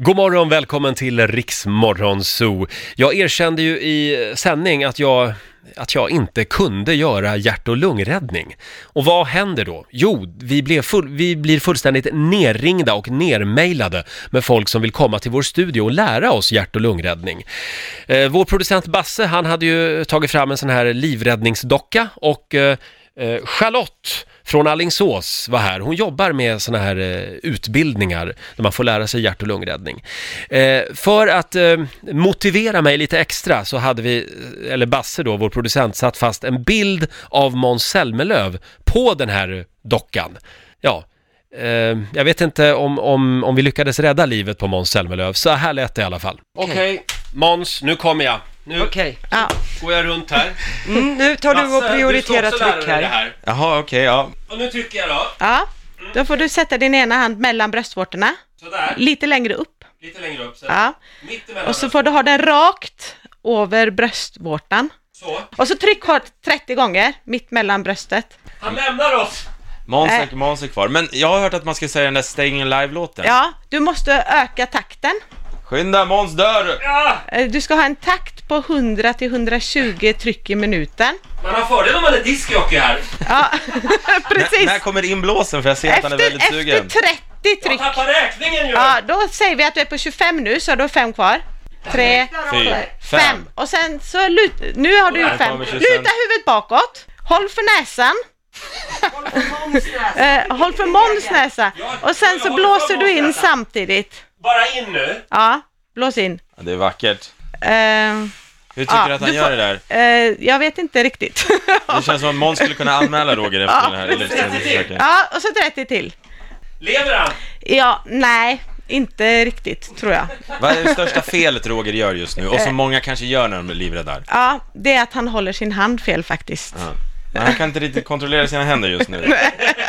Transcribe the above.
God morgon, välkommen till Riksmorgon Zoo. Jag erkände ju i sändning att jag inte kunde göra hjärt- och lungräddning. Och vad händer då? Jo, vi blir fullständigt nerringda och nermailade med folk som vill komma till vår studio och lära oss hjärt- och lungräddning. Vår producent Basse, han hade ju tagit fram en sån här livräddningsdocka och Charlotte från Alingsås var här. Hon jobbar med såna här utbildningar där man får lära sig hjärt- och lungräddning. För att motivera mig lite extra så hade vi, eller Basse då, vår producent, satt fast en bild av Måns Zelmerlöw på den här dockan. Ja, jag vet inte om vi lyckades rädda livet på Måns Zelmerlöw. Så här lät det i alla fall. Okej, Måns, nu kommer jag. Nu går jag runt här. Nu tar du och prioriterar tryck här. Jaha, okej, ja. Och nu trycker jag då. Ja, då får du sätta din ena hand mellan bröstvårtorna. Sådär. Lite längre upp. Lite längre upp. Så Ja. mittemellan. Och så får du ha den rakt över bröstvårtan. Så. Och så tryck hårt 30 gånger mitt mellan bröstet. Han lämnar oss. Måns är kvar. Men jag har hört att man ska säga den där Staying Alive-låten. Ja, du måste öka takten. Skynda, Måns dör! Ja! Du ska ha en takt på 100-120 tryck i minuten. Man har fördel om man är discjockey här. Ja, precis. När kommer inblåsen? För jag ser att han är väldigt sugen. Efter 30 tryck. Jag tappar räkningen ju. Ja, då säger vi att du är på 25 nu, så har du 5 kvar. 3, 4, 5. Och sen så nu har du gjort 5. Luta huvudet bakåt. Håll för näsan. Håll för Måns näsa. Och sen så blåser du in samtidigt. Bara in nu. Ja, blås in. Ja, det är vackert. Hur tycker ja, du att han gör det där? Jag vet inte riktigt. Det känns som att Måns skulle kunna anmäla Roger efter den här illustrationsförsöken. Ja, och så 30 till. Lever han? Ja, nej, inte riktigt tror jag. Vad är det största felet Roger gör just nu? Och som många kanske gör när de är livräddar? Ja, det är att han håller sin hand fel faktiskt. Ja. Men han kan inte riktigt kontrollera sina händer just nu.